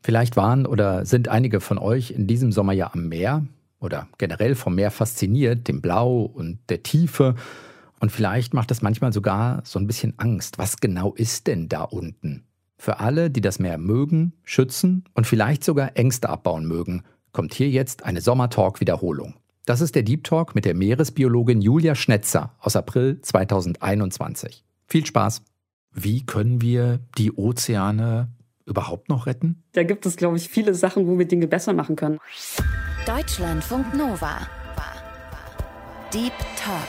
Vielleicht waren oder sind einige von euch in diesem Sommer ja am Meer oder generell vom Meer fasziniert, dem Blau und der Tiefe. Und vielleicht macht es manchmal sogar so ein bisschen Angst. Was genau ist denn da unten? Für alle, die das Meer mögen, schützen und vielleicht sogar Ängste abbauen mögen, kommt hier jetzt eine Sommertalk-Wiederholung. Das ist der Deep Talk mit der Meeresbiologin Julia Schnetzer aus April 2021. Viel Spaß! Wie können wir die Ozeane überhaupt noch retten? Da gibt es, glaube ich, viele Sachen, wo wir Dinge besser machen können. Deutschlandfunk Nova. Deep Talk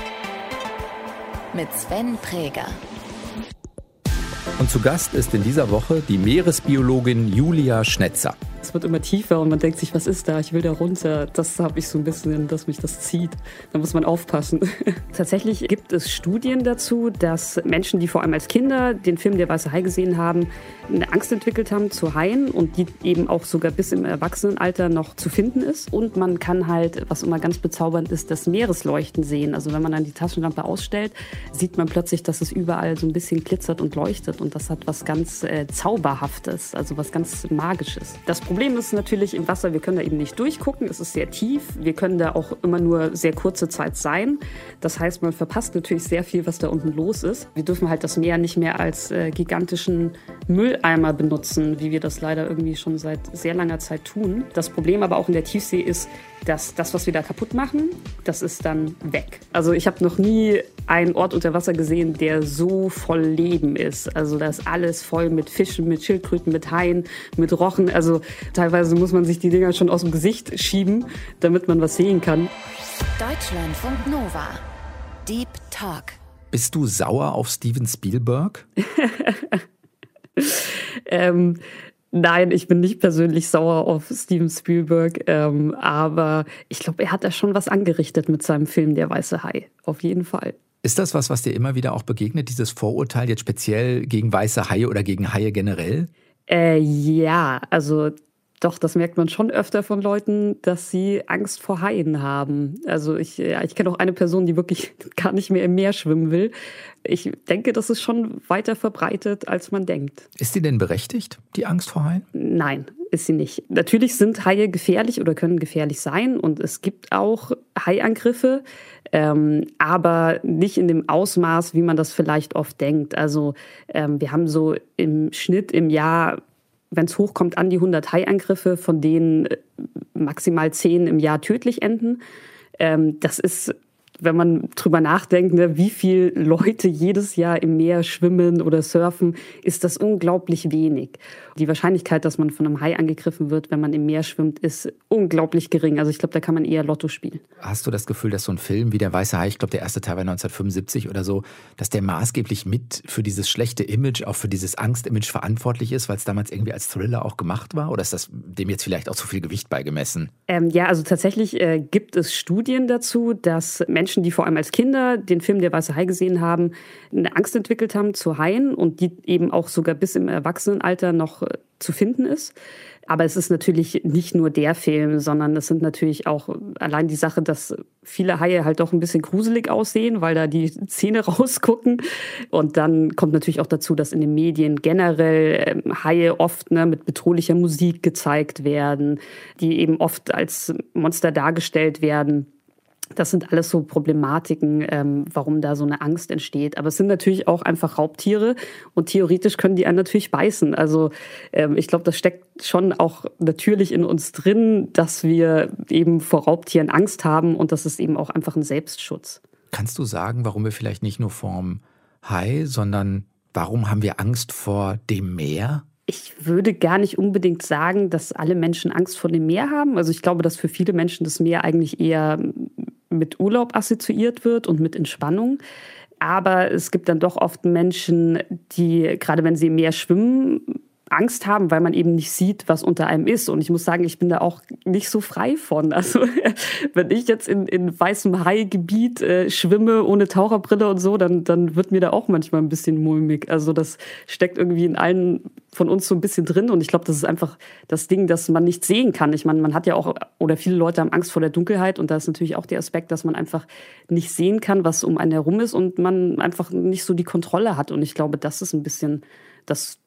mit Sven Präger. Und zu Gast ist in dieser Woche die Meeresbiologin Julia Schnetzer. Es wird immer tiefer und man denkt sich, was ist da? Ich will da runter. Das habe ich so ein bisschen, dass mich das zieht. Da muss man aufpassen. Tatsächlich gibt es Studien dazu, dass Menschen, die vor allem als Kinder den Film Der weiße Hai gesehen haben, eine Angst entwickelt haben zu Haien und die eben auch sogar bis im Erwachsenenalter noch zu finden ist. Und man kann halt, was immer ganz bezaubernd ist, das Meeresleuchten sehen. Also wenn man dann die Taschenlampe ausstellt, sieht man plötzlich, dass es überall so ein bisschen glitzert und leuchtet. Und das hat was ganz Zauberhaftes, also was ganz Magisches. Das Problem ist natürlich im Wasser, wir können da eben nicht durchgucken, es ist sehr tief, wir können da auch immer nur sehr kurze Zeit sein. Das heißt, man verpasst natürlich sehr viel, was da unten los ist. Wir dürfen halt das Meer nicht mehr als gigantischen Mülleimer benutzen, wie wir das leider irgendwie schon seit sehr langer Zeit tun. Das Problem aber auch in der Tiefsee ist, dass das, was wir da kaputt machen, das ist dann weg. Also ich habe noch nie einen Ort unter Wasser gesehen, der so voll Leben ist. Also da ist alles voll mit Fischen, mit Schildkröten, mit Haien, mit Rochen. Also teilweise muss man sich die Dinger schon aus dem Gesicht schieben, damit man was sehen kann. Deutschlandfunk Nova. Deep Talk. Bist du sauer auf Steven Spielberg? Nein, ich bin nicht persönlich sauer auf Steven Spielberg, aber ich glaube, er hat da schon was angerichtet mit seinem Film Der weiße Hai, auf jeden Fall. Ist das was dir immer wieder auch begegnet, dieses Vorurteil jetzt speziell gegen weiße Haie oder gegen Haie generell? Ja, also doch, das merkt man schon öfter von Leuten, dass sie Angst vor Haien haben. Also ich kenne auch eine Person, die wirklich gar nicht mehr im Meer schwimmen will. Ich denke, das ist schon weiter verbreitet, als man denkt. Ist die denn berechtigt, die Angst vor Haien? Nein, ist sie nicht. Natürlich sind Haie gefährlich oder können gefährlich sein und es gibt auch Haiangriffe, aber nicht in dem Ausmaß, wie man das vielleicht oft denkt. Also wir haben so im Schnitt im Jahr, wenn es hochkommt, an die 100 Haiangriffe, von denen maximal 10 im Jahr tödlich enden. Das ist, wenn man drüber nachdenkt, ne, wie viele Leute jedes Jahr im Meer schwimmen oder surfen, ist das unglaublich wenig. Die Wahrscheinlichkeit, dass man von einem Hai angegriffen wird, wenn man im Meer schwimmt, ist unglaublich gering. Also ich glaube, da kann man eher Lotto spielen. Hast du das Gefühl, dass so ein Film wie Der weiße Hai, ich glaube, der erste Teil war 1975 oder so, dass der maßgeblich mit für dieses schlechte Image, auch für dieses Angst-Image verantwortlich ist, weil es damals irgendwie als Thriller auch gemacht war? Oder ist das dem jetzt vielleicht auch zu viel Gewicht beigemessen? Ja, also tatsächlich gibt es Studien dazu, dass Menschen, die vor allem als Kinder den Film Der weiße Hai gesehen haben, eine Angst entwickelt haben zu Haien und die eben auch sogar bis im Erwachsenenalter noch zu finden ist. Aber es ist natürlich nicht nur der Film, sondern es sind natürlich auch allein die Sache, dass viele Haie halt doch ein bisschen gruselig aussehen, weil da die Zähne rausgucken. Und dann kommt natürlich auch dazu, dass in den Medien generell Haie oft mit bedrohlicher Musik gezeigt werden, die eben oft als Monster dargestellt werden. Das sind alles so Problematiken, warum da so eine Angst entsteht. Aber es sind natürlich auch einfach Raubtiere und theoretisch können die einen natürlich beißen. Also ich glaube, das steckt schon auch natürlich in uns drin, dass wir eben vor Raubtieren Angst haben und das ist eben auch einfach ein Selbstschutz. Kannst du sagen, warum wir vielleicht nicht nur vorm Hai, sondern warum haben wir Angst vor dem Meer? Ich würde gar nicht unbedingt sagen, dass alle Menschen Angst vor dem Meer haben. Also ich glaube, dass für viele Menschen das Meer eigentlich eher mit Urlaub assoziiert wird und mit Entspannung. Aber es gibt dann doch oft Menschen, die, gerade wenn sie im Meer schwimmen, Angst haben, weil man eben nicht sieht, was unter einem ist. Und ich muss sagen, ich bin da auch nicht so frei von. Also wenn ich jetzt in weißem Hai-Gebiet schwimme, ohne Taucherbrille und so, dann wird mir da auch manchmal ein bisschen mulmig. Also das steckt irgendwie in allen von uns so ein bisschen drin. Und ich glaube, das ist einfach das Ding, das man nicht sehen kann. Ich meine, man hat ja auch, oder viele Leute haben Angst vor der Dunkelheit. Und da ist natürlich auch der Aspekt, dass man einfach nicht sehen kann, was um einen herum ist und man einfach nicht so die Kontrolle hat. Und ich glaube, das ist ein bisschen das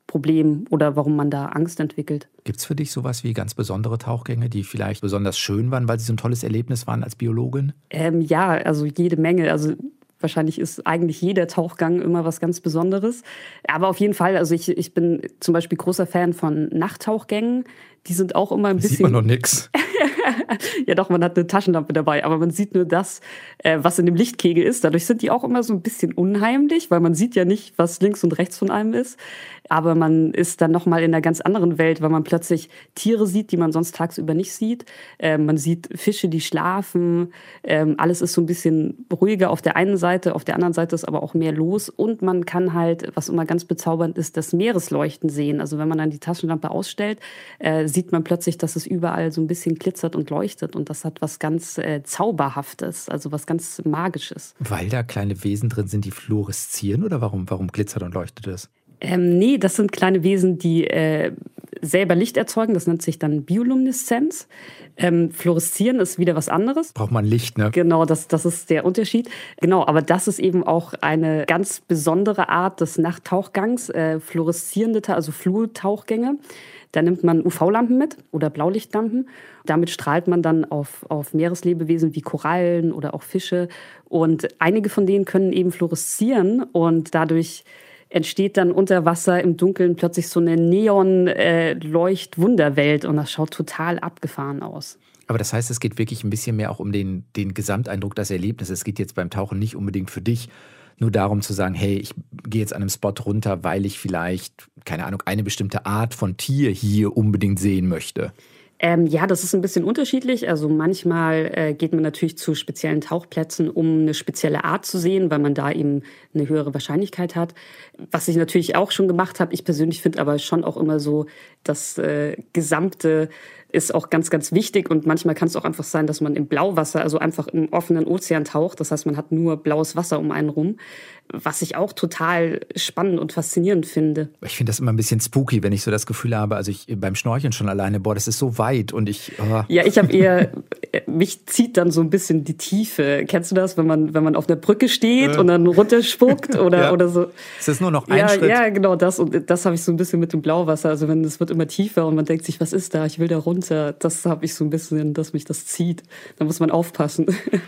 Problem oder warum man da Angst entwickelt. Gibt es für dich sowas wie ganz besondere Tauchgänge, die vielleicht besonders schön waren, weil sie so ein tolles Erlebnis waren als Biologin? Ja, also jede Menge. Also wahrscheinlich ist eigentlich jeder Tauchgang immer was ganz Besonderes. Aber auf jeden Fall, also ich bin zum Beispiel großer Fan von Nachttauchgängen. Die sind auch immer ein bisschen... Sieht man noch nix. Ja doch, man hat eine Taschenlampe dabei, aber man sieht nur das, was in dem Lichtkegel ist. Dadurch sind die auch immer so ein bisschen unheimlich, weil man sieht ja nicht, was links und rechts von einem ist. Aber man ist dann nochmal in einer ganz anderen Welt, weil man plötzlich Tiere sieht, die man sonst tagsüber nicht sieht. Man sieht Fische, die schlafen. Alles ist so ein bisschen ruhiger auf der einen Seite, auf der anderen Seite ist aber auch mehr los. Und man kann halt, was immer ganz bezaubernd ist, das Meeresleuchten sehen. Also wenn man dann die Taschenlampe ausstellt, sieht man plötzlich, dass es überall so ein bisschen glitzert und leuchtet. Und das hat was ganz Zauberhaftes, also was ganz Magisches. Weil da kleine Wesen drin sind, die fluoreszieren? Oder warum glitzert und leuchtet es? Nee, das sind kleine Wesen, die selber Licht erzeugen. Das nennt sich dann Biolumineszenz. Fluoreszieren ist wieder was anderes. Braucht man Licht, ne? Genau, das ist der Unterschied. Genau, aber das ist eben auch eine ganz besondere Art des Nachttauchgangs. Fluoreszierende, also Fluortauchgänge. Da nimmt man UV-Lampen mit oder Blaulichtlampen. Damit strahlt man dann auf Meereslebewesen wie Korallen oder auch Fische. Und einige von denen können eben fluoreszieren und dadurch entsteht dann unter Wasser im Dunkeln plötzlich so eine Neon-Leucht-Wunderwelt und das schaut total abgefahren aus. Aber das heißt, es geht wirklich ein bisschen mehr auch um den Gesamteindruck, das Erlebnis. Es geht jetzt beim Tauchen nicht unbedingt für dich nur darum zu sagen, hey, ich gehe jetzt an einem Spot runter, weil ich vielleicht, keine Ahnung, eine bestimmte Art von Tier hier unbedingt sehen möchte. Ja, das ist ein bisschen unterschiedlich. Also manchmal geht man natürlich zu speziellen Tauchplätzen, um eine spezielle Art zu sehen, weil man da eben eine höhere Wahrscheinlichkeit hat. Was ich natürlich auch schon gemacht habe. Ich persönlich finde aber schon auch immer so, das Gesamte ist auch ganz, ganz wichtig. Und manchmal kann es auch einfach sein, dass man im Blauwasser, also einfach im offenen Ozean taucht. Das heißt, man hat nur blaues Wasser um einen rum. Was ich auch total spannend und faszinierend finde. Ich finde das immer ein bisschen spooky, wenn ich so das Gefühl habe, also ich beim Schnorcheln schon alleine, boah, das ist so weit und ich... Oh. Ja, ich habe eher, mich zieht dann so ein bisschen die Tiefe. Kennst du das, wenn man auf einer Brücke steht und dann runterspuckt oder so? Es ist nur noch ein Schritt. Ja, genau das. Und das habe ich so ein bisschen mit dem Blauwasser. Also wenn es wird immer tiefer und man denkt sich, was ist da? Ich will da runter. Das habe ich so ein bisschen, dass mich das zieht. Da muss man aufpassen.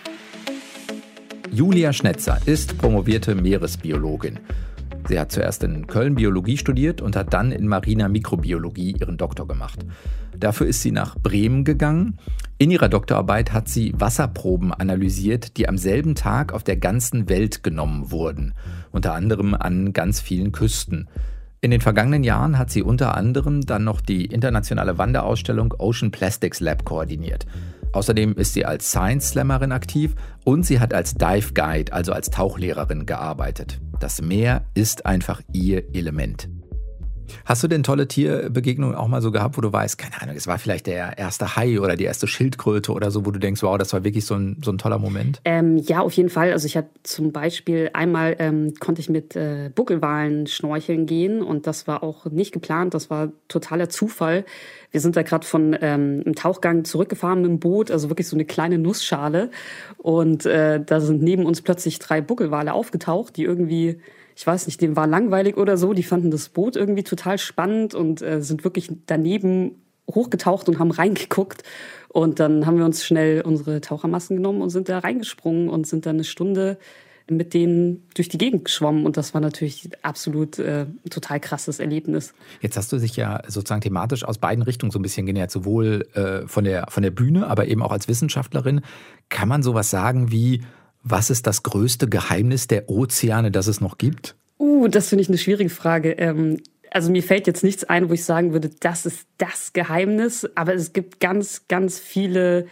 Julia Schnetzer ist promovierte Meeresbiologin. Sie hat zuerst in Köln Biologie studiert und hat dann in mariner Mikrobiologie ihren Doktor gemacht. Dafür ist sie nach Bremen gegangen. In ihrer Doktorarbeit hat sie Wasserproben analysiert, die am selben Tag auf der ganzen Welt genommen wurden, unter anderem an ganz vielen Küsten. In den vergangenen Jahren hat sie unter anderem dann noch die internationale Wanderausstellung Ocean Plastics Lab koordiniert. Außerdem ist sie als Science Slammerin aktiv und sie hat als Dive Guide, also als Tauchlehrerin, gearbeitet. Das Meer ist einfach ihr Element. Hast du denn tolle Tierbegegnungen auch mal so gehabt, wo du weißt, keine Ahnung, es war vielleicht der erste Hai oder die erste Schildkröte oder so, wo du denkst, wow, das war wirklich so ein toller Moment? Ja, auf jeden Fall. Also ich habe zum Beispiel einmal konnte ich mit Buckelwalen schnorcheln gehen und das war auch nicht geplant, das war totaler Zufall. Wir sind da gerade von einem Tauchgang zurückgefahren mit dem Boot, also wirklich so eine kleine Nussschale und da sind neben uns plötzlich 3 Buckelwale aufgetaucht, die irgendwie... Ich weiß nicht, denen war langweilig oder so. Die fanden das Boot irgendwie total spannend und sind wirklich daneben hochgetaucht und haben reingeguckt. Und dann haben wir uns schnell unsere Tauchermassen genommen und sind da reingesprungen und sind dann eine Stunde mit denen durch die Gegend geschwommen. Und das war natürlich absolut total krasses Erlebnis. Jetzt hast du dich ja sozusagen thematisch aus beiden Richtungen so ein bisschen genähert. Sowohl von der Bühne, aber eben auch als Wissenschaftlerin. Kann man sowas sagen wie... Was ist das größte Geheimnis der Ozeane, das es noch gibt? Das finde ich eine schwierige Frage. Also mir fällt jetzt nichts ein, wo ich sagen würde, das ist das Geheimnis. Aber es gibt ganz, ganz viele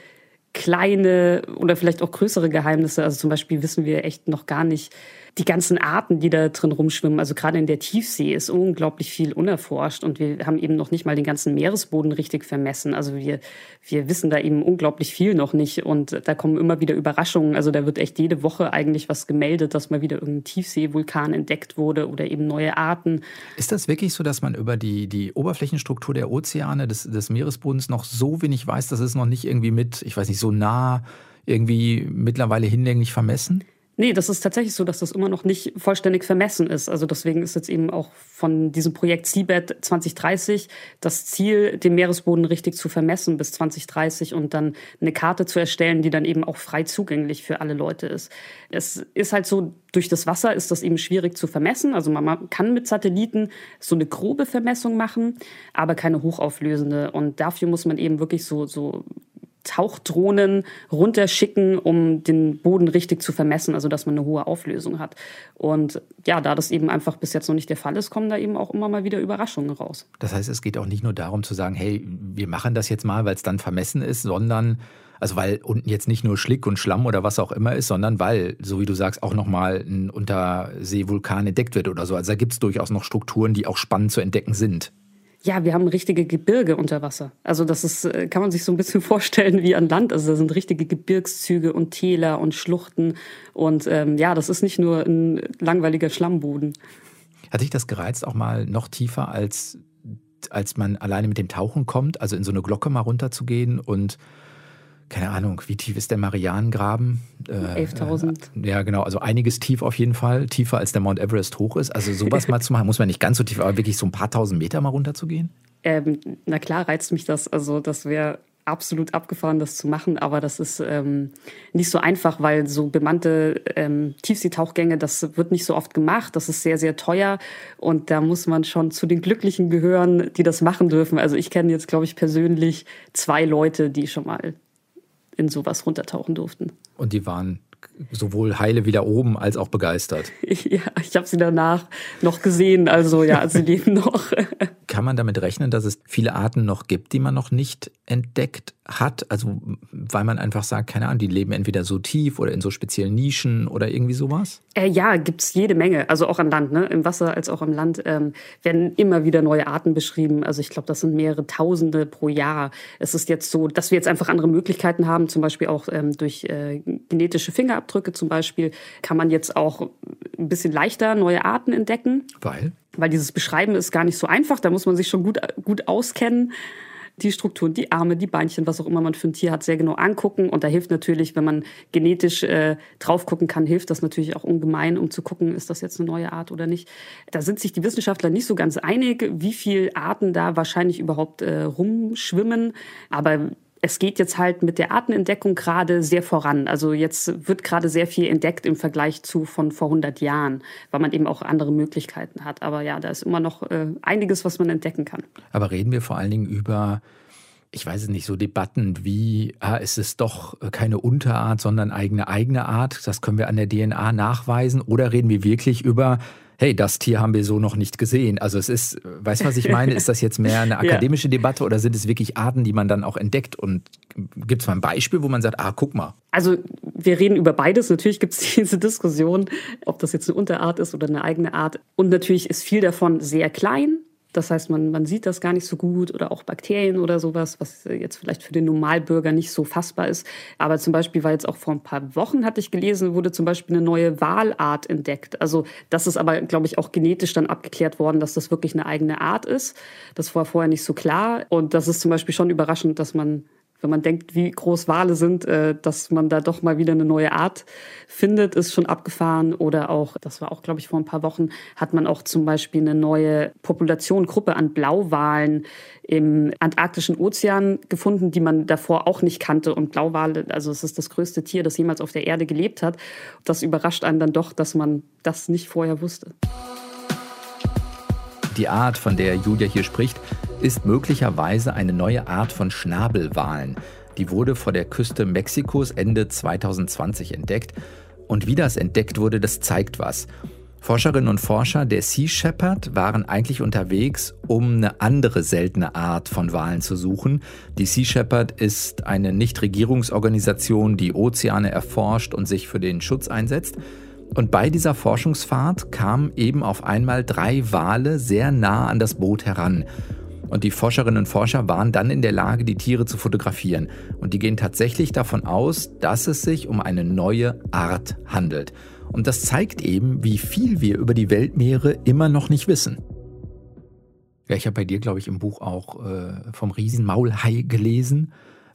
kleine oder vielleicht auch größere Geheimnisse. Also zum Beispiel wissen wir echt noch gar nicht die ganzen Arten, die da drin rumschwimmen. Also gerade in der Tiefsee ist unglaublich viel unerforscht und wir haben eben noch nicht mal den ganzen Meeresboden richtig vermessen. Also wir wissen da eben unglaublich viel noch nicht und da kommen immer wieder Überraschungen. Also da wird echt jede Woche eigentlich was gemeldet, dass mal wieder irgendein Tiefseevulkan entdeckt wurde oder eben neue Arten. Ist das wirklich so, dass man über die Oberflächenstruktur der Ozeane, des Meeresbodens noch so wenig weiß, dass es noch nicht irgendwie mit, ich weiß nicht, so nah irgendwie mittlerweile hinlänglich vermessen? Nee, das ist tatsächlich so, dass das immer noch nicht vollständig vermessen ist. Also deswegen ist jetzt eben auch von diesem Projekt Seabed 2030 das Ziel, den Meeresboden richtig zu vermessen bis 2030 und dann eine Karte zu erstellen, die dann eben auch frei zugänglich für alle Leute ist. Es ist halt so, durch das Wasser ist das eben schwierig zu vermessen. Also man kann mit Satelliten so eine grobe Vermessung machen, aber keine hochauflösende. Und dafür muss man eben wirklich so Tauchdrohnen runterschicken, um den Boden richtig zu vermessen, also dass man eine hohe Auflösung hat. Und ja, da das eben einfach bis jetzt noch nicht der Fall ist, kommen da eben auch immer mal wieder Überraschungen raus. Das heißt, es geht auch nicht nur darum zu sagen, hey, wir machen das jetzt mal, weil es dann vermessen ist, sondern, also weil unten jetzt nicht nur Schlick und Schlamm oder was auch immer ist, sondern weil, so wie du sagst, auch nochmal ein Unterseevulkan entdeckt wird oder so. Also da gibt es durchaus noch Strukturen, die auch spannend zu entdecken sind. Ja, wir haben richtige Gebirge unter Wasser. Also das ist, kann man sich so ein bisschen vorstellen wie an Land. Also da sind richtige Gebirgszüge und Täler und Schluchten. Und das ist nicht nur ein langweiliger Schlammboden. Hat dich das gereizt, auch mal noch tiefer, als man alleine mit dem Tauchen kommt? Also in so eine Glocke mal runterzugehen und keine Ahnung, wie tief ist der Marianengraben? 11.000. Ja, genau, also einiges tief auf jeden Fall, tiefer als der Mount Everest hoch ist. Also sowas mal zu machen, muss man nicht ganz so tief, aber wirklich so ein paar tausend Meter mal runterzugehen? Na klar reizt mich das. Also das wäre absolut abgefahren, das zu machen, aber das ist nicht so einfach, weil so bemannte Tiefseetauchgänge, das wird nicht so oft gemacht, das ist sehr, sehr teuer und da muss man schon zu den Glücklichen gehören, die das machen dürfen. Also ich kenne jetzt, glaube ich, persönlich 2 Leute, die schon mal in sowas runtertauchen durften. Und die waren sowohl heile wieder oben als auch begeistert. Ja, ich habe sie danach noch gesehen, also ja, sie leben noch. Kann man damit rechnen, dass es viele Arten noch gibt, die man noch nicht entdeckt hat? Also weil man einfach sagt, keine Ahnung, die leben entweder so tief oder in so speziellen Nischen oder irgendwie sowas? Ja, gibt's jede Menge, also auch an Land, ne? Im Wasser als auch am Land werden immer wieder neue Arten beschrieben. Also ich glaube, das sind mehrere Tausende pro Jahr. Es ist jetzt so, dass wir jetzt einfach andere Möglichkeiten haben, zum Beispiel auch durch genetische Fingerabdrücke zum Beispiel, kann man jetzt auch ein bisschen leichter neue Arten entdecken. Weil dieses Beschreiben ist gar nicht so einfach, da muss man sich schon gut auskennen. Die Strukturen, die Arme, die Beinchen, was auch immer man für ein Tier hat, sehr genau angucken. Und da hilft natürlich, wenn man genetisch drauf gucken kann, hilft das natürlich auch ungemein, um zu gucken, ist das jetzt eine neue Art oder nicht. Da sind sich die Wissenschaftler nicht so ganz einig, wie viele Arten da wahrscheinlich überhaupt rumschwimmen. Aber es geht jetzt halt mit der Artenentdeckung gerade sehr voran. Also jetzt wird gerade sehr viel entdeckt im Vergleich zu von vor 100 Jahren, weil man eben auch andere Möglichkeiten hat. Aber ja, da ist immer noch einiges, was man entdecken kann. Aber reden wir vor allen Dingen über, ich weiß es nicht, so Debatten wie, es ist doch keine Unterart, sondern eigene Art. Das können wir an der DNA nachweisen. Oder reden wir wirklich über, hey, das Tier haben wir so noch nicht gesehen. Also es ist, weißt du, was ich meine? Ist das jetzt mehr eine akademische Debatte oder sind es wirklich Arten, die man dann auch entdeckt? Und gibt es mal ein Beispiel, wo man sagt, guck mal. Also wir reden über beides. Natürlich gibt es diese Diskussion, ob das jetzt eine Unterart ist oder eine eigene Art. Und natürlich ist viel davon sehr klein. Das heißt, man sieht das gar nicht so gut oder auch Bakterien oder sowas, was jetzt vielleicht für den Normalbürger nicht so fassbar ist. Aber zum Beispiel war jetzt auch vor ein paar Wochen, hatte ich gelesen, wurde zum Beispiel eine neue Walart entdeckt. Also das ist aber, glaube ich, auch genetisch dann abgeklärt worden, dass das wirklich eine eigene Art ist. Das war vorher nicht so klar. Und das ist zum Beispiel schon überraschend, dass man, wenn man denkt, wie groß Wale sind, dass man da doch mal wieder eine neue Art findet, ist schon abgefahren. Oder auch, das war auch, glaube ich, vor ein paar Wochen, hat man auch zum Beispiel eine neue Gruppe an Blauwalen im Antarktischen Ozean gefunden, die man davor auch nicht kannte. Und Blauwale, also es ist das größte Tier, das jemals auf der Erde gelebt hat. Das überrascht einen dann doch, dass man das nicht vorher wusste. Die Art, von der Julia hier spricht, ist möglicherweise eine neue Art von Schnabelwalen. Die wurde vor der Küste Mexikos Ende 2020 entdeckt. Und wie das entdeckt wurde, das zeigt was. Forscherinnen und Forscher der Sea Shepherd waren eigentlich unterwegs, um eine andere seltene Art von Walen zu suchen. Die Sea Shepherd ist eine Nichtregierungsorganisation, die Ozeane erforscht und sich für den Schutz einsetzt. Und bei dieser Forschungsfahrt kamen eben auf einmal 3 Wale sehr nah an das Boot heran. Und die Forscherinnen und Forscher waren dann in der Lage, die Tiere zu fotografieren. Und die gehen tatsächlich davon aus, dass es sich um eine neue Art handelt. Und das zeigt eben, wie viel wir über die Weltmeere immer noch nicht wissen. Ja, ich habe bei dir, glaube ich, im Buch auch vom Riesenmaulhai gelesen,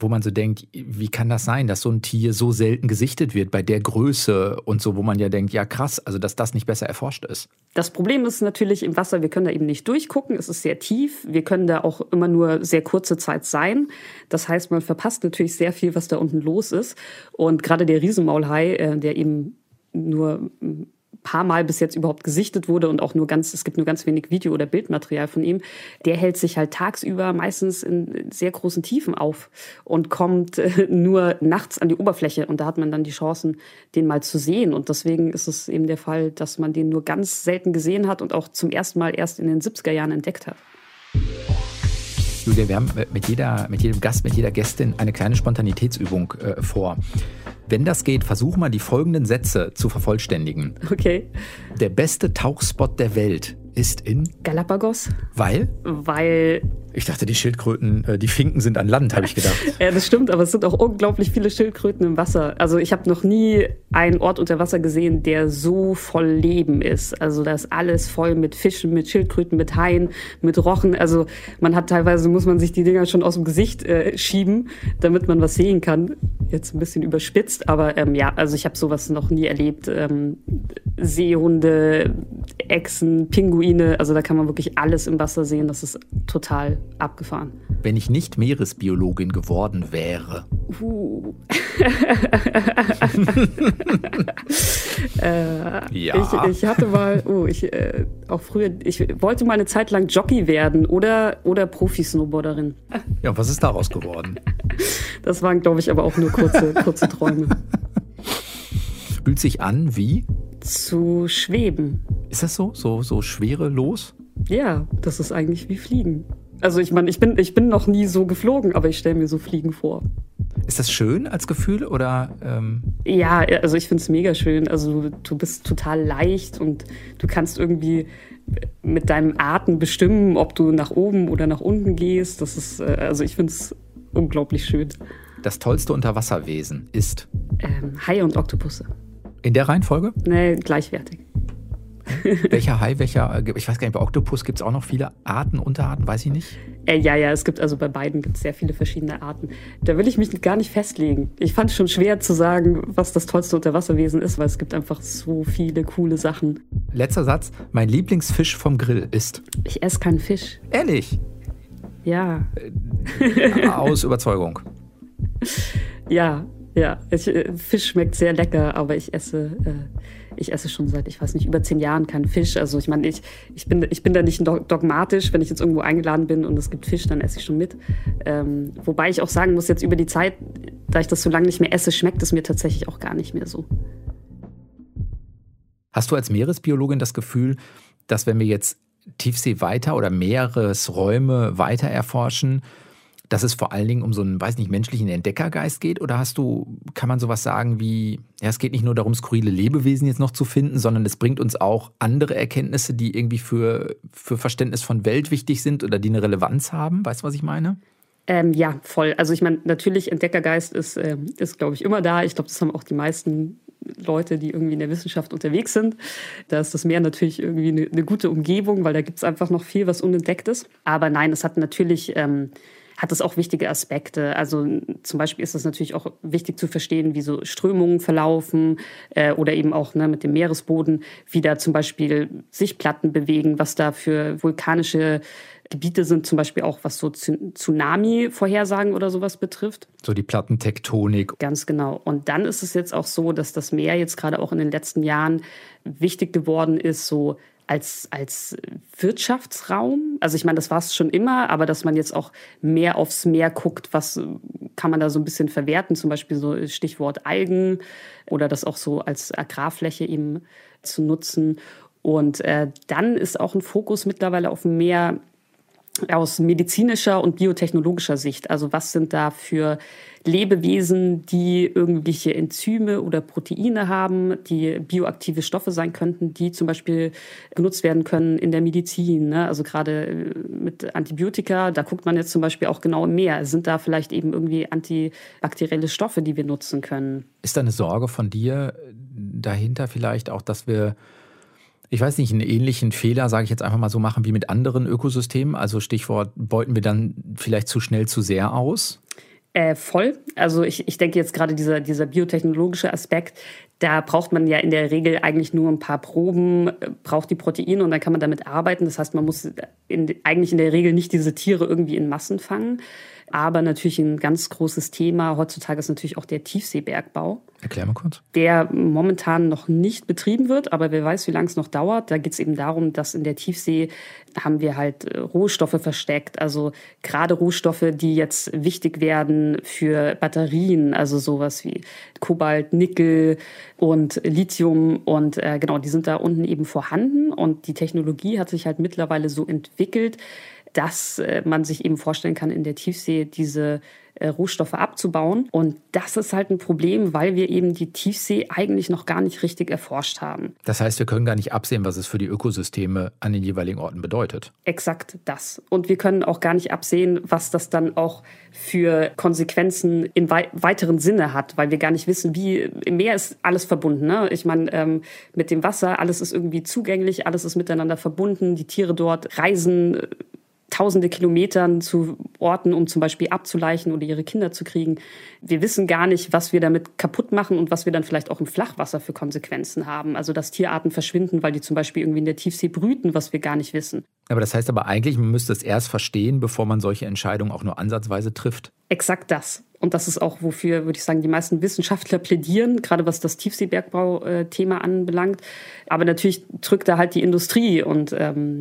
wo man so denkt, wie kann das sein, dass so ein Tier so selten gesichtet wird bei der Größe und so, wo man ja denkt, ja krass, also dass das nicht besser erforscht ist. Das Problem ist natürlich im Wasser, wir können da eben nicht durchgucken, es ist sehr tief, wir können da auch immer nur sehr kurze Zeit sein. Das heißt, man verpasst natürlich sehr viel, was da unten los ist. Und gerade der Riesenmaulhai, der eben nur ein paar Mal bis jetzt überhaupt gesichtet wurde und auch es gibt nur ganz wenig Video- oder Bildmaterial von ihm, der hält sich halt tagsüber meistens in sehr großen Tiefen auf und kommt nur nachts an die Oberfläche und da hat man dann die Chancen, den mal zu sehen und deswegen ist es eben der Fall, dass man den nur ganz selten gesehen hat und auch zum ersten Mal erst in den 70er Jahren entdeckt hat. Julia, wir haben mit jedem Gast, mit jeder Gästin eine kleine Spontanitätsübung vor. Wenn das geht, versuch mal die folgenden Sätze zu vervollständigen. Okay. Der beste Tauchspot der Welt ist in Galapagos. Weil? Weil... Ich dachte, die Schildkröten, die Finken sind an Land, habe ich gedacht. Ja, das stimmt, aber es sind auch unglaublich viele Schildkröten im Wasser. Also ich habe noch nie einen Ort unter Wasser gesehen, der so voll Leben ist. Also da ist alles voll mit Fischen, mit Schildkröten, mit Haien, mit Rochen. Also muss man sich die Dinger schon aus dem Gesicht schieben, damit man was sehen kann. Jetzt ein bisschen überspitzt, aber also ich habe sowas noch nie erlebt. Seehunde, Echsen, Pinguine, also da kann man wirklich alles im Wasser sehen. Das ist total abgefahren. Wenn ich nicht Meeresbiologin geworden wäre. Ja. Ich hatte mal, auch früher, ich wollte mal eine Zeit lang Jockey werden oder Profi-Snowboarderin. Ja, und was ist daraus geworden? Das waren, glaube ich, aber auch nur kurze Träume. Fühlt sich an wie? Zu schweben. Ist das so? So schwerelos? Ja, das ist eigentlich wie Fliegen. Also ich meine, ich bin noch nie so geflogen, aber ich stelle mir so Fliegen vor. Ist das schön als Gefühl oder? Ja, also ich finde es mega schön. Also du bist total leicht und du kannst irgendwie mit deinem Atem bestimmen, ob du nach oben oder nach unten gehst. Das ist, also ich finde es unglaublich schön. Das tollste Unterwasserwesen ist? Haie und Oktopusse. In der Reihenfolge? Nee, gleichwertig. Welcher Hai, ich weiß gar nicht, bei Oktopus gibt es auch noch viele Arten, Unterarten, weiß ich nicht? Ja, es gibt also bei beiden gibt es sehr viele verschiedene Arten. Da will ich mich gar nicht festlegen. Ich fand es schon schwer zu sagen, was das tollste Unterwasserwesen ist, weil es gibt einfach so viele coole Sachen. Letzter Satz, mein Lieblingsfisch vom Grill ist? Ich esse keinen Fisch. Ehrlich? Ja. Aus Überzeugung? Ja. Fisch schmeckt sehr lecker, aber ich esse schon seit, ich weiß nicht, über 10 Jahren keinen Fisch. Also ich meine, ich bin da nicht dogmatisch. Wenn ich jetzt irgendwo eingeladen bin und es gibt Fisch, dann esse ich schon mit. Wobei ich auch sagen muss, jetzt über die Zeit, da ich das so lange nicht mehr esse, schmeckt es mir tatsächlich auch gar nicht mehr so. Hast du als Meeresbiologin das Gefühl, dass wenn wir jetzt Tiefsee weiter oder Meeresräume weiter erforschen, dass es vor allen Dingen um so einen, menschlichen Entdeckergeist geht? Oder kann man sowas sagen wie, ja, es geht nicht nur darum, skurrile Lebewesen jetzt noch zu finden, sondern es bringt uns auch andere Erkenntnisse, die irgendwie für Verständnis von Welt wichtig sind oder die eine Relevanz haben? Weißt du, was ich meine? Ja, voll. Also ich meine, natürlich, Entdeckergeist ist glaube ich, immer da. Ich glaube, das haben auch die meisten Leute, die irgendwie in der Wissenschaft unterwegs sind. Da ist das Meer natürlich irgendwie eine gute Umgebung, weil da gibt es einfach noch viel, was unentdeckt ist. Aber nein, es hat natürlich... hat es auch wichtige Aspekte. Also zum Beispiel ist es natürlich auch wichtig zu verstehen, wie so Strömungen verlaufen oder eben auch mit dem Meeresboden, wie da zum Beispiel sich Platten bewegen, was da für vulkanische Gebiete sind, zum Beispiel auch was so Tsunami-Vorhersagen oder sowas betrifft. So die Plattentektonik. Ganz genau. Und dann ist es jetzt auch so, dass das Meer jetzt gerade auch in den letzten Jahren wichtig geworden ist, so als Wirtschaftsraum. Also ich meine, das war es schon immer, aber dass man jetzt auch mehr aufs Meer guckt, was kann man da so ein bisschen verwerten, zum Beispiel so Stichwort Algen oder das auch so als Agrarfläche eben zu nutzen. Und dann ist auch ein Fokus mittlerweile auf dem Meer aus medizinischer und biotechnologischer Sicht. Also was sind da für Lebewesen, die irgendwelche Enzyme oder Proteine haben, die bioaktive Stoffe sein könnten, die zum Beispiel genutzt werden können in der Medizin. Ne? Also gerade mit Antibiotika, da guckt man jetzt zum Beispiel auch genau im Meer. Sind da vielleicht eben irgendwie antibakterielle Stoffe, die wir nutzen können? Ist da eine Sorge von dir dahinter vielleicht auch, dass wir, ich weiß nicht, einen ähnlichen Fehler, sage ich jetzt einfach mal so, machen wie mit anderen Ökosystemen? Also Stichwort, beuten wir dann vielleicht zu schnell zu sehr aus? Voll. Also ich denke jetzt gerade dieser biotechnologische Aspekt, da braucht man ja in der Regel eigentlich nur ein paar Proben, braucht die Proteine und dann kann man damit arbeiten. Das heißt, man muss eigentlich in der Regel nicht diese Tiere irgendwie in Massen fangen. Aber natürlich ein ganz großes Thema heutzutage ist natürlich auch der Tiefseebergbau. Erklär mal kurz. Der momentan noch nicht betrieben wird, aber wer weiß, wie lange es noch dauert. Da geht es eben darum, dass in der Tiefsee haben wir halt Rohstoffe versteckt. Also gerade Rohstoffe, die jetzt wichtig werden für Batterien, also sowas wie Kobalt, Nickel und Lithium. Und genau, die sind da unten eben vorhanden. Und die Technologie hat sich halt mittlerweile so entwickelt, dass man sich eben vorstellen kann, in der Tiefsee diese Rohstoffe abzubauen. Und das ist halt ein Problem, weil wir eben die Tiefsee eigentlich noch gar nicht richtig erforscht haben. Das heißt, wir können gar nicht absehen, was es für die Ökosysteme an den jeweiligen Orten bedeutet. Exakt das. Und wir können auch gar nicht absehen, was das dann auch für Konsequenzen im weiteren Sinne hat, weil wir gar nicht wissen, wie im Meer ist alles verbunden. Ne? Ich meine, mit dem Wasser, alles ist irgendwie zugänglich, alles ist miteinander verbunden. Die Tiere dort reisen tausende Kilometern zu Orten, um zum Beispiel abzuleichen oder ihre Kinder zu kriegen. Wir wissen gar nicht, was wir damit kaputt machen und was wir dann vielleicht auch im Flachwasser für Konsequenzen haben. Also dass Tierarten verschwinden, weil die zum Beispiel irgendwie in der Tiefsee brüten, was wir gar nicht wissen. Aber das heißt aber eigentlich, man müsste es erst verstehen, bevor man solche Entscheidungen auch nur ansatzweise trifft. Exakt das. Und das ist auch, wofür, würde ich sagen, die meisten Wissenschaftler plädieren, gerade was das Tiefseebergbau-Thema anbelangt. Aber natürlich drückt da halt die Industrie und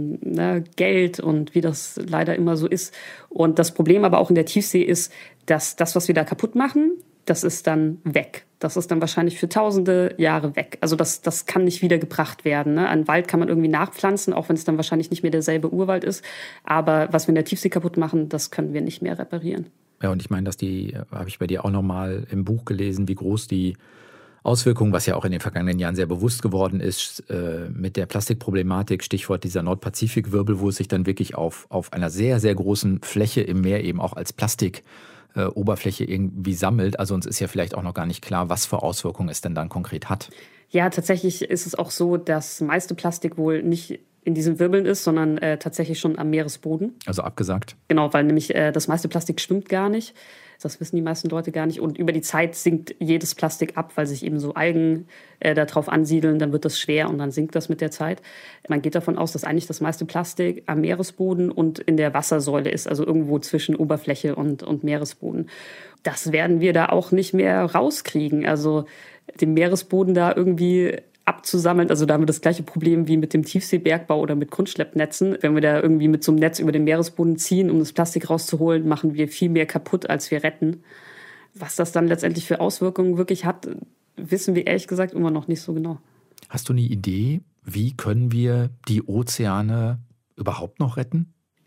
Geld und wie das leider immer so ist. Und das Problem aber auch in der Tiefsee ist, dass das, was wir da kaputt machen, das ist dann weg. Das ist dann wahrscheinlich für tausende Jahre weg. Also das kann nicht wieder gebracht werden. Ne? Einen Wald kann man irgendwie nachpflanzen, auch wenn es dann wahrscheinlich nicht mehr derselbe Urwald ist. Aber was wir in der Tiefsee kaputt machen, das können wir nicht mehr reparieren. Ja, und ich meine, habe ich bei dir auch nochmal im Buch gelesen, wie groß die Auswirkungen, was ja auch in den vergangenen Jahren sehr bewusst geworden ist, mit der Plastikproblematik, Stichwort dieser Nordpazifikwirbel, wo es sich dann wirklich auf einer sehr, sehr großen Fläche im Meer eben auch als Plastikoberfläche irgendwie sammelt. Also uns ist ja vielleicht auch noch gar nicht klar, was für Auswirkungen es denn dann konkret hat. Ja, tatsächlich ist es auch so, dass meiste Plastik wohl nicht in diesen Wirbeln ist, sondern tatsächlich schon am Meeresboden. Also abgesagt. Genau, weil nämlich das meiste Plastik schwimmt gar nicht. Das wissen die meisten Leute gar nicht. Und über die Zeit sinkt jedes Plastik ab, weil sich eben so Algen da drauf ansiedeln. Dann wird das schwer und dann sinkt das mit der Zeit. Man geht davon aus, dass eigentlich das meiste Plastik am Meeresboden und in der Wassersäule ist, also irgendwo zwischen Oberfläche und Meeresboden. Das werden wir da auch nicht mehr rauskriegen. Also den Meeresboden da irgendwie abzusammeln. Also da haben wir das gleiche Problem wie mit dem Tiefseebergbau oder mit Grundschleppnetzen. Wenn wir da irgendwie mit so einem Netz über den Meeresboden ziehen, um das Plastik rauszuholen, machen wir viel mehr kaputt, als wir retten. Was das dann letztendlich für Auswirkungen wirklich hat, wissen wir ehrlich gesagt immer noch nicht so genau. Hast du eine Idee, wie können wir die Ozeane überhaupt noch retten?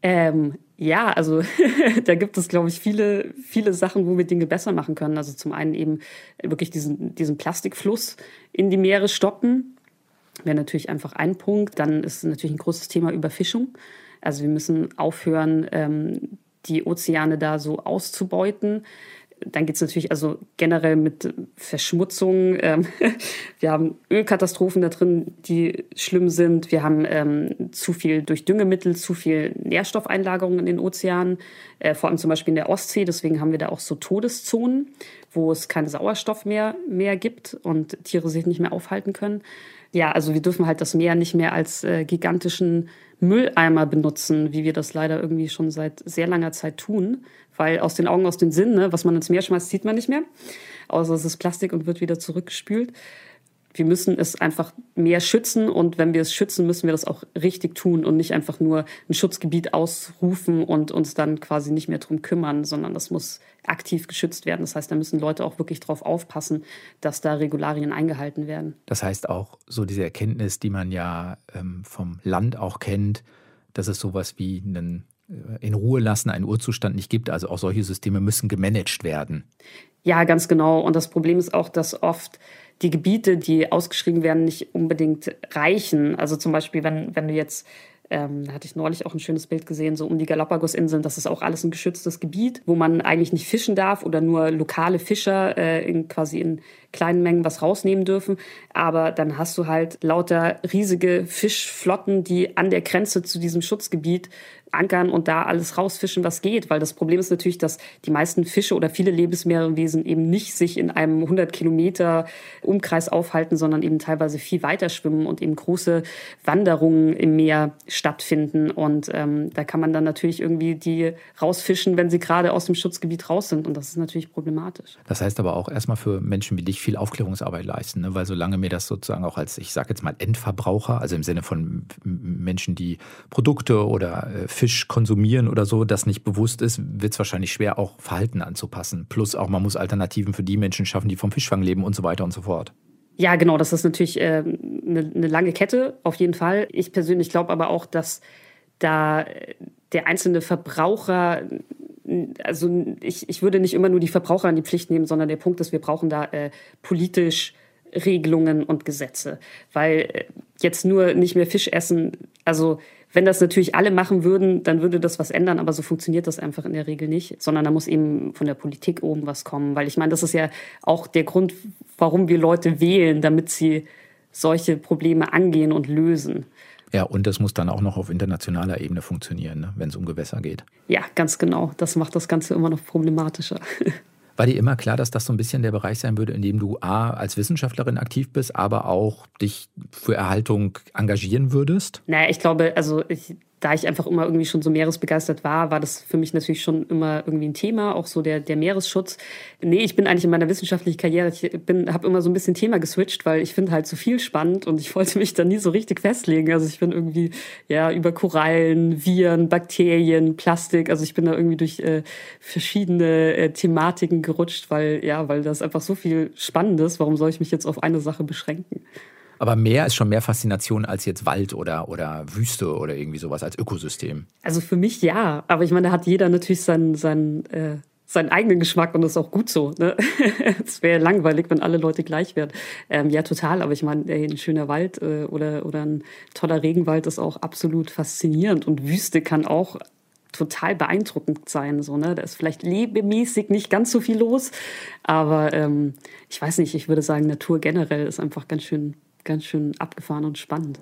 Ja, also da gibt es, glaube ich, viele Sachen, wo wir Dinge besser machen können. Also zum einen eben wirklich diesen Plastikfluss in die Meere stoppen. Wäre natürlich einfach ein Punkt. Dann ist natürlich ein großes Thema Überfischung. Also wir müssen aufhören, die Ozeane da so auszubeuten. Dann geht es natürlich also generell mit Verschmutzung. Wir haben Ölkatastrophen da drin, die schlimm sind. Wir haben zu viel durch Düngemittel, zu viel Nährstoffeinlagerung in den Ozeanen, vor allem zum Beispiel in der Ostsee. Deswegen haben wir da auch so Todeszonen, wo es keinen Sauerstoff mehr gibt und Tiere sich nicht mehr aufhalten können. Ja, also wir dürfen halt das Meer nicht mehr als gigantischen Mülleimer benutzen, wie wir das leider irgendwie schon seit sehr langer Zeit tun. Weil aus den Augen, aus den Sinn, ne, was man ins Meer schmeißt, sieht man nicht mehr. Außer es ist Plastik und wird wieder zurückgespült. Wir müssen es einfach mehr schützen und wenn wir es schützen, müssen wir das auch richtig tun und nicht einfach nur ein Schutzgebiet ausrufen und uns dann quasi nicht mehr drum kümmern, sondern das muss aktiv geschützt werden. Das heißt, da müssen Leute auch wirklich drauf aufpassen, dass da Regularien eingehalten werden. Das heißt auch so diese Erkenntnis, die man ja vom Land auch kennt, dass es sowas wie einen in Ruhe lassen, einen Urzustand nicht gibt. Also auch solche Systeme müssen gemanagt werden. Ja, ganz genau. Und das Problem ist auch, dass oft die Gebiete, die ausgeschrieben werden, nicht unbedingt reichen. Also zum Beispiel, wenn du jetzt, da hatte ich neulich auch ein schönes Bild gesehen, so um die Galapagos-Inseln, das ist auch alles ein geschütztes Gebiet, wo man eigentlich nicht fischen darf oder nur lokale Fischer quasi in kleinen Mengen was rausnehmen dürfen. Aber dann hast du halt lauter riesige Fischflotten, die an der Grenze zu diesem Schutzgebiet ankern und da alles rausfischen, was geht. Weil das Problem ist natürlich, dass die meisten Fische oder viele Lebensmeerwesen eben nicht sich in einem 100 Kilometer Umkreis aufhalten, sondern eben teilweise viel weiter schwimmen und eben große Wanderungen im Meer stattfinden. Und da kann man dann natürlich irgendwie die rausfischen, wenn sie gerade aus dem Schutzgebiet raus sind. Und das ist natürlich problematisch. Das heißt aber auch erstmal für Menschen wie dich viel Aufklärungsarbeit leisten, ne? Weil solange mir das sozusagen auch als, ich sage jetzt mal Endverbraucher, also im Sinne von Menschen, die Produkte oder Fisch konsumieren oder so, das nicht bewusst ist, wird es wahrscheinlich schwer, auch Verhalten anzupassen. Plus auch, man muss Alternativen für die Menschen schaffen, die vom Fischfang leben und so weiter und so fort. Ja, genau, das ist natürlich eine lange Kette, auf jeden Fall. Ich persönlich glaube aber auch, dass da der einzelne Verbraucher, also ich würde nicht immer nur die Verbraucher an die Pflicht nehmen, sondern der Punkt ist, wir brauchen da politisch Regelungen und Gesetze. Weil jetzt nur nicht mehr Fisch essen, also wenn das natürlich alle machen würden, dann würde das was ändern, aber so funktioniert das einfach in der Regel nicht, sondern da muss eben von der Politik oben was kommen. Weil ich meine, das ist ja auch der Grund, warum wir Leute wählen, damit sie solche Probleme angehen und lösen. Ja, und das muss dann auch noch auf internationaler Ebene funktionieren, ne, wenn es um Gewässer geht. Ja, ganz genau. Das macht das Ganze immer noch problematischer. War dir immer klar, dass das so ein bisschen der Bereich sein würde, in dem du A, als Wissenschaftlerin aktiv bist, aber auch dich für Erhaltung engagieren würdest? Naja, ich glaube, da ich einfach immer irgendwie schon so meeresbegeistert war das für mich natürlich schon immer irgendwie ein Thema, auch so der Meeresschutz. Nee, ich bin eigentlich in meiner wissenschaftlichen Karriere, habe immer so ein bisschen Thema geswitcht, weil ich finde halt so viel spannend und ich wollte mich da nie so richtig festlegen. Also ich bin irgendwie über Viren, Bakterien, Plastik, also ich bin da irgendwie durch verschiedene Thematiken gerutscht, weil das einfach so viel Spannendes, warum soll ich mich jetzt auf eine Sache beschränken? Aber Meer ist schon mehr Faszination als jetzt Wald oder Wüste oder irgendwie sowas als Ökosystem. Also für mich ja, aber ich meine, da hat jeder natürlich seinen eigenen Geschmack und das ist auch gut so. Ne? Es wäre langweilig, wenn alle Leute gleich wären. Ja, total, aber ich meine, ein schöner Wald oder ein toller Regenwald ist auch absolut faszinierend und Wüste kann auch total beeindruckend sein. So, ne? Da ist vielleicht lebemäßig nicht ganz so viel los, aber ich weiß nicht, ich würde sagen, Natur generell ist einfach ganz schön abgefahren und spannend.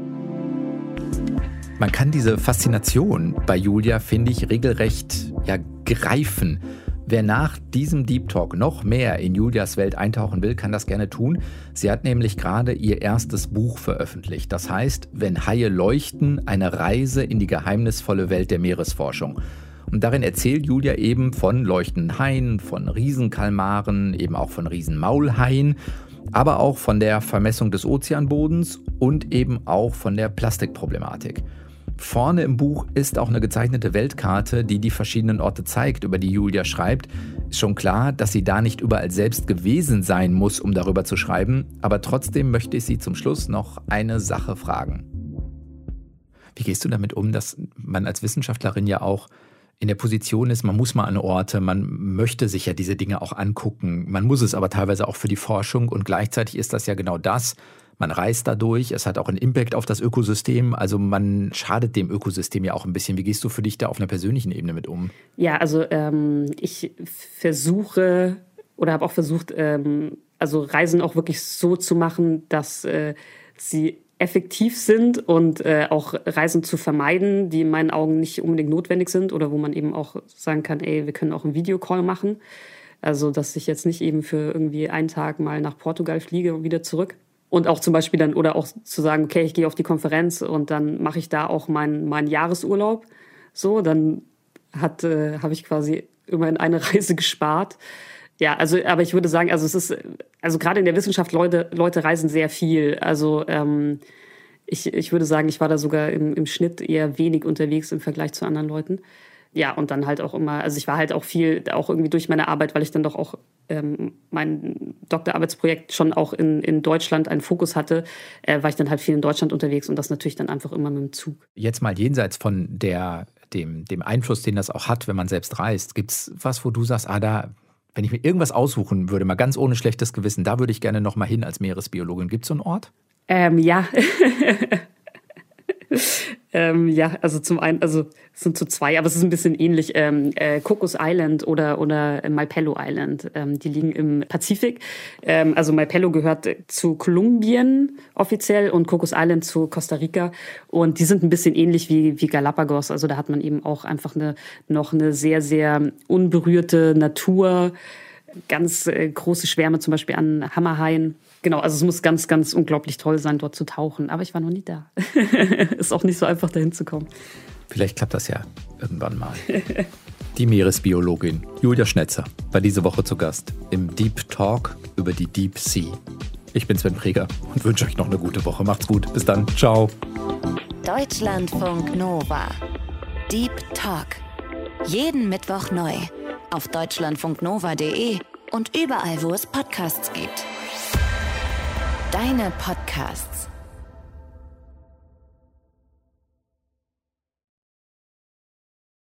Man kann diese Faszination bei Julia, finde ich, regelrecht greifen. Wer nach diesem Deep Talk noch mehr in Julias Welt eintauchen will, kann das gerne tun. Sie hat nämlich gerade ihr erstes Buch veröffentlicht. Das heißt, Wenn Haie leuchten, eine Reise in die geheimnisvolle Welt der Meeresforschung. Und darin erzählt Julia eben von leuchtenden Haien, von Riesenkalmaren, eben auch von Riesenmaulhaien, aber auch von der Vermessung des Ozeanbodens und eben auch von der Plastikproblematik. Vorne im Buch ist auch eine gezeichnete Weltkarte, die die verschiedenen Orte zeigt, über die Julia schreibt. Ist schon klar, dass sie da nicht überall selbst gewesen sein muss, um darüber zu schreiben, aber trotzdem möchte ich sie zum Schluss noch eine Sache fragen. Wie gehst du damit um, dass man als Wissenschaftlerin ja auch in der Position ist, man muss mal an Orte, man möchte sich ja diese Dinge auch angucken, man muss es aber teilweise auch für die Forschung und gleichzeitig ist das ja genau das, man reist dadurch, es hat auch einen Impact auf das Ökosystem, also man schadet dem Ökosystem ja auch ein bisschen. Wie gehst du für dich da auf einer persönlichen Ebene mit um? Ja, also ich versuche oder habe auch versucht, also Reisen auch wirklich so zu machen, dass sie effektiv sind und auch Reisen zu vermeiden, die in meinen Augen nicht unbedingt notwendig sind oder wo man eben auch sagen kann, wir können auch einen Videocall machen. Also, dass ich jetzt nicht eben für irgendwie einen Tag mal nach Portugal fliege und wieder zurück. Und auch zum Beispiel dann, oder auch zu sagen, okay, ich gehe auf die Konferenz und dann mache ich da auch meinen Jahresurlaub. So, dann habe ich quasi immerhin eine Reise gespart. Ja, also, aber ich würde sagen, also es ist, also gerade in der Wissenschaft, Leute reisen sehr viel. Also ich würde sagen, ich war da sogar im Schnitt eher wenig unterwegs im Vergleich zu anderen Leuten. Ja, und dann halt auch immer, also ich war halt auch viel, auch irgendwie durch meine Arbeit, weil ich dann doch auch mein Doktorarbeitsprojekt schon auch in Deutschland einen Fokus hatte, war ich dann halt viel in Deutschland unterwegs und das natürlich dann einfach immer mit dem Zug. Jetzt mal jenseits von dem Einfluss, den das auch hat, wenn man selbst reist, gibt's was, wo du sagst, wenn ich mir irgendwas aussuchen würde, mal ganz ohne schlechtes Gewissen, da würde ich gerne noch mal hin als Meeresbiologin. Gibt es so einen Ort? Ja. Ja, also zum einen, also es sind so zwei, aber es ist ein bisschen ähnlich. Cocos Island oder Malpelo Island, die liegen im Pazifik. Also Malpelo gehört zu Kolumbien offiziell und Cocos Island zu Costa Rica. Und die sind ein bisschen ähnlich wie Galapagos. Also da hat man eben auch einfach noch eine sehr, sehr unberührte Natur. Ganz große Schwärme zum Beispiel an Hammerhaien. Genau, also es muss ganz, ganz unglaublich toll sein, dort zu tauchen. Aber ich war noch nie da. Ist auch nicht so einfach, dahin zu kommen. Vielleicht klappt das ja irgendwann mal. Die Meeresbiologin Julia Schnetzer war diese Woche zu Gast im Deep Talk über die Deep Sea. Ich bin Sven Preger und wünsche euch noch eine gute Woche. Macht's gut. Bis dann. Ciao. Deutschlandfunk Nova. Deep Talk. Jeden Mittwoch neu. Auf deutschlandfunknova.de und überall, wo es Podcasts gibt. Deine Podcasts.